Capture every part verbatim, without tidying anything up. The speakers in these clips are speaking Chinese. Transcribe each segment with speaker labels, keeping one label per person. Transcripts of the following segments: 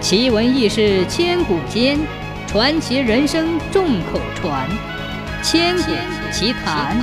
Speaker 1: 奇闻异事千古间，传奇人生众口传。千古奇谈。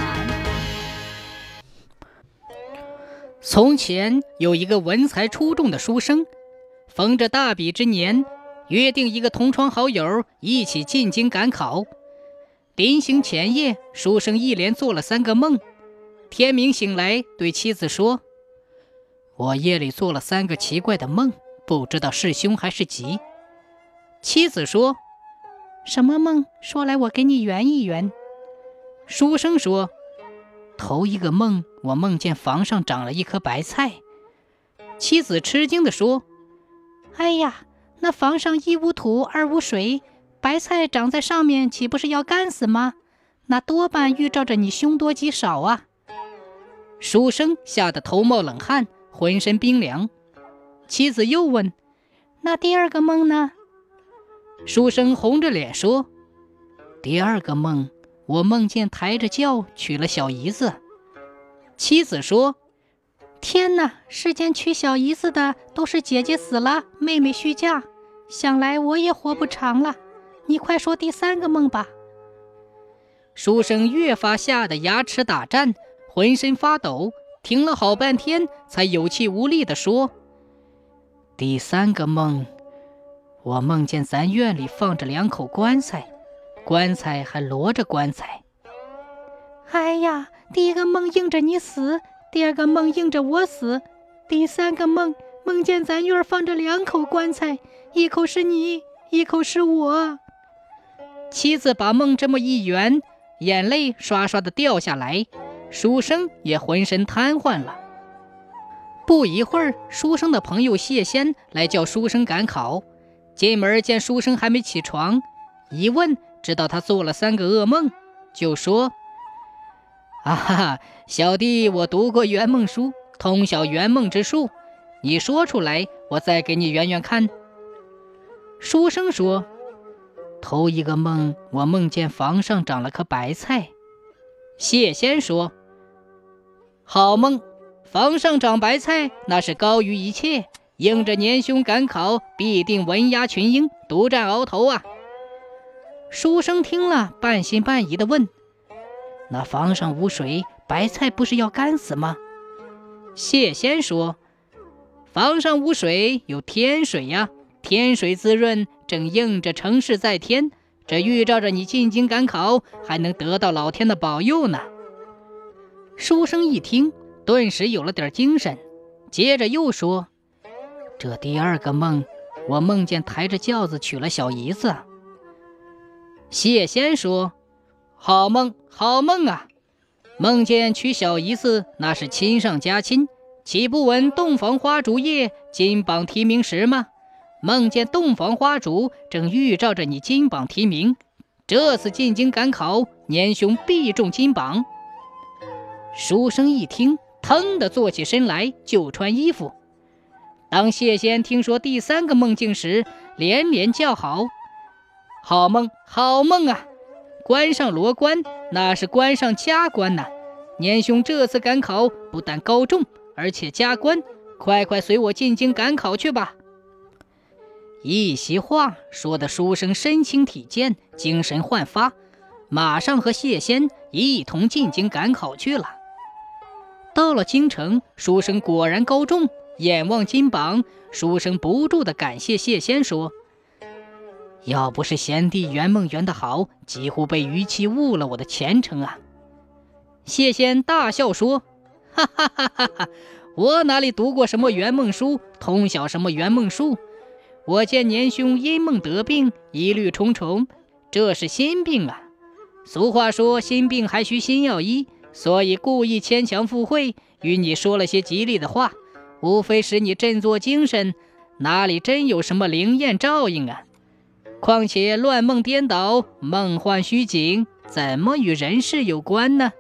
Speaker 1: 从前有一个文才出众的书生，逢着大比之年，约定一个同窗好友一起进京赶考。临行前夜，书生一连做了三个梦。天明醒来，对妻子说：我夜里做了三个奇怪的梦，不知道是凶还是吉。妻子说：什么梦？说来我给你圆一圆。书生说：头一个梦，我梦见房上长了一颗白菜。妻子吃惊地说：哎呀，那房上一无土二无水，白菜长在上面岂不是要干死吗？那多半预兆着你凶多吉少啊。书生吓得头冒冷汗，浑身冰凉。妻子又问：那第二个梦呢？书生红着脸说：第二个梦，我梦见抬着轿娶了小姨子。妻子说：天哪，世间娶小姨子的都是姐姐死了，妹妹续嫁，想来我也活不长了。你快说第三个梦吧。书生越发吓得牙齿打颤，浑身发抖，停了好半天，才有气无力地说：第三个梦，我梦见咱院里放着两口棺材，棺材还摞着棺材。哎呀，第一个梦应着你死，第二个梦应着我死，第三个梦梦见咱院放着两口棺材，一口是你，一口是我。妻子把梦这么一圆，眼泪刷刷地掉下来，书生也浑身瘫痪了。不一会儿，书生的朋友谢仙来叫书生赶考。进门见书生还没起床，一问知道他做了三个噩梦，就说：啊哈，小弟我读过圆梦书，通晓圆梦之术，你说出来，我再给你圆圆看。书生说：头一个梦，我梦见房上长了颗白菜。谢仙说：好梦，房上长白菜，那是高于一切，应着年兄赶考，必定文压群英，独占鳌头啊。书生听了，半信半疑地问：那房上无水，白菜不是要干死吗？谢仙说：房上无水，有天水呀，天水滋润，正应着成事在天，这预兆着你进京赶考，还能得到老天的保佑呢。书生一听，顿时有了点精神，接着又说：这第二个梦，我梦见抬着轿子娶了小姨子。谢仙说：好梦，好梦啊！梦见娶小姨子，那是亲上加亲，岂不闻洞房花烛夜，金榜题名时吗？梦见洞房花烛，正预兆着你金榜题名，这次进京赶考，年兄必中金榜。书生一听，腾地坐起身来，就穿衣服。当谢仙听说第三个梦境时，连连叫好：好梦，好梦啊！关上罗关，那是关上加官呐、啊！年兄这次赶考不但高中，而且加官，快快随我进京赶考去吧。一席话说得书生身轻体健，精神焕发，马上和谢仙一同进京赶考去了。到了京城，书生果然高中，眼望金榜，书生不住地感谢谢仙说：要不是贤弟圆梦圆得好，几乎被逾期误了我的前程啊。谢仙大笑说：哈哈哈哈哈，我哪里读过什么圆梦书，通晓什么圆梦术？我见年兄因梦得病，疑虑重重，这是心病啊。俗话说心病还需心药医，所以故意牵强附会，与你说了些吉利的话，无非使你振作精神，哪里真有什么灵验照应啊？况且乱梦颠倒，梦幻虚景，怎么与人事有关呢？